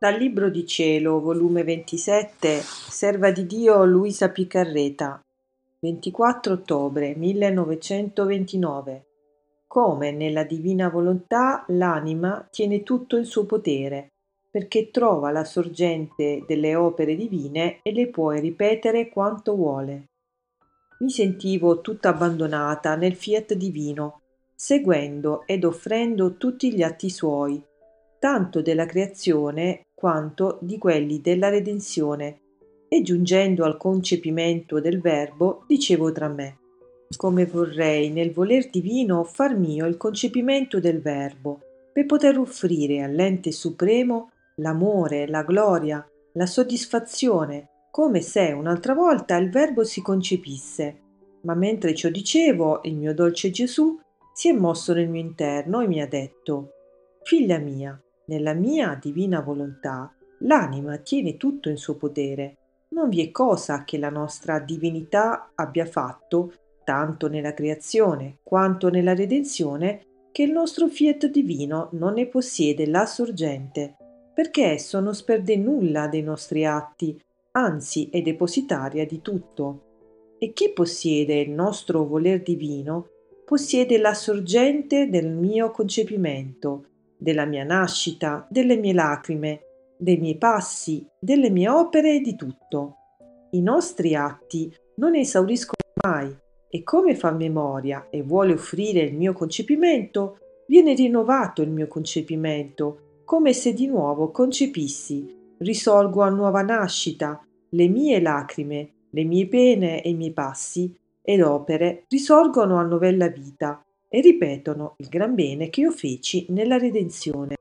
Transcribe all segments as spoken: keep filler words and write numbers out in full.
Dal Libro di Cielo, volume ventisette, Serva di Dio Luisa Piccarreta, ventiquattro ottobre millenovecentoventinove. Come nella divina volontà l'anima tiene tutto in suo potere, perché trova la sorgente delle opere divine e le può ripetere quanto vuole. Mi sentivo tutta abbandonata nel fiat divino, seguendo ed offrendo tutti gli atti suoi, tanto della creazione quanto di quelli della redenzione, e giungendo al concepimento del Verbo, dicevo tra me: come vorrei nel voler divino far mio il concepimento del Verbo, per poter offrire all'ente supremo l'amore, la gloria, la soddisfazione, come se un'altra volta il Verbo si concepisse. Ma mentre ciò dicevo, il mio dolce Gesù si è mosso nel mio interno e mi ha detto: figlia mia, nella mia divina volontà l'anima tiene tutto in suo potere. Non vi è cosa che la nostra divinità abbia fatto, tanto nella creazione quanto nella redenzione, che il nostro fiat divino non ne possiede la sorgente, perché esso non sperde nulla dei nostri atti, anzi è depositaria di tutto. E chi possiede il nostro voler divino possiede la sorgente del mio concepimento, della mia nascita, delle mie lacrime, dei miei passi, delle mie opere e di tutto. I nostri atti non esauriscono mai, e come fa memoria e vuole offrire il mio concepimento, viene rinnovato il mio concepimento, come se di nuovo concepissi, risorgo a nuova nascita, le mie lacrime, le mie pene e i miei passi ed opere risorgono a novella vita e ripetono il gran bene che io feci nella redenzione.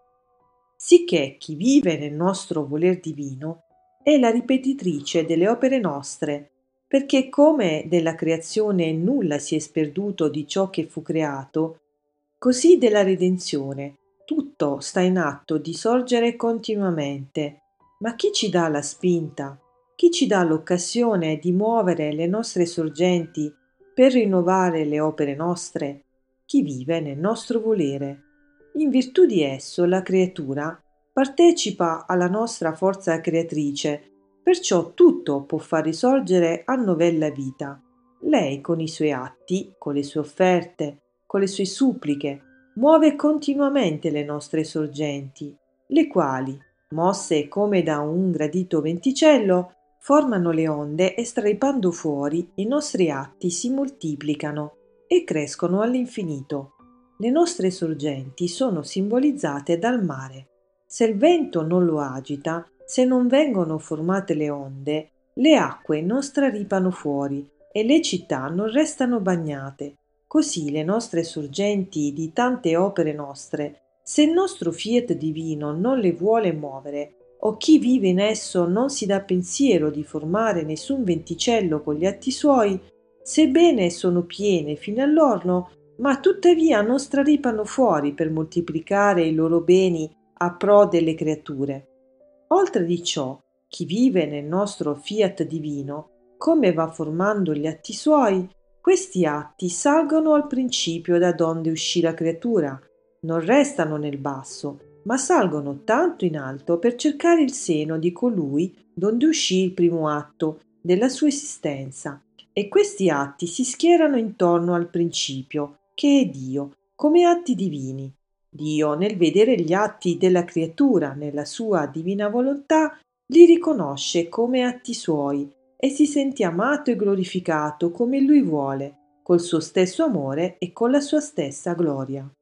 Sicché chi vive nel nostro voler divino è la ripetitrice delle opere nostre, perché come della creazione nulla si è sperduto di ciò che fu creato, così della redenzione tutto sta in atto di sorgere continuamente. Ma chi ci dà la spinta? Chi ci dà l'occasione di muovere le nostre sorgenti per rinnovare le opere nostre? Chi vive nel nostro volere. In virtù di esso la creatura partecipa alla nostra forza creatrice, perciò tutto può far risorgere a novella vita. Lei con i suoi atti, con le sue offerte, con le sue suppliche, muove continuamente le nostre sorgenti, le quali, mosse come da un gradito venticello, formano le onde e straipando fuori i nostri atti si moltiplicano e crescono all'infinito. Le nostre sorgenti sono simbolizzate dal mare. Se il vento non lo agita, se non vengono formate le onde, le acque non straripano fuori e le città non restano bagnate. Così le nostre sorgenti di tante opere nostre, se il nostro fiat divino non le vuole muovere, o chi vive in esso non si dà pensiero di formare nessun venticello con gli atti suoi, sebbene sono piene fino all'orlo, ma tuttavia non straripano fuori per moltiplicare i loro beni a pro delle creature. Oltre di ciò, chi vive nel nostro fiat divino, come va formando gli atti suoi, questi atti salgono al principio da donde uscì la creatura, non restano nel basso, ma salgono tanto in alto per cercare il seno di colui donde uscì il primo atto della sua esistenza, e questi atti si schierano intorno al principio, che è Dio, come atti divini. Dio, nel vedere gli atti della creatura nella sua divina volontà, li riconosce come atti suoi e si sente amato e glorificato come lui vuole, col suo stesso amore e con la sua stessa gloria.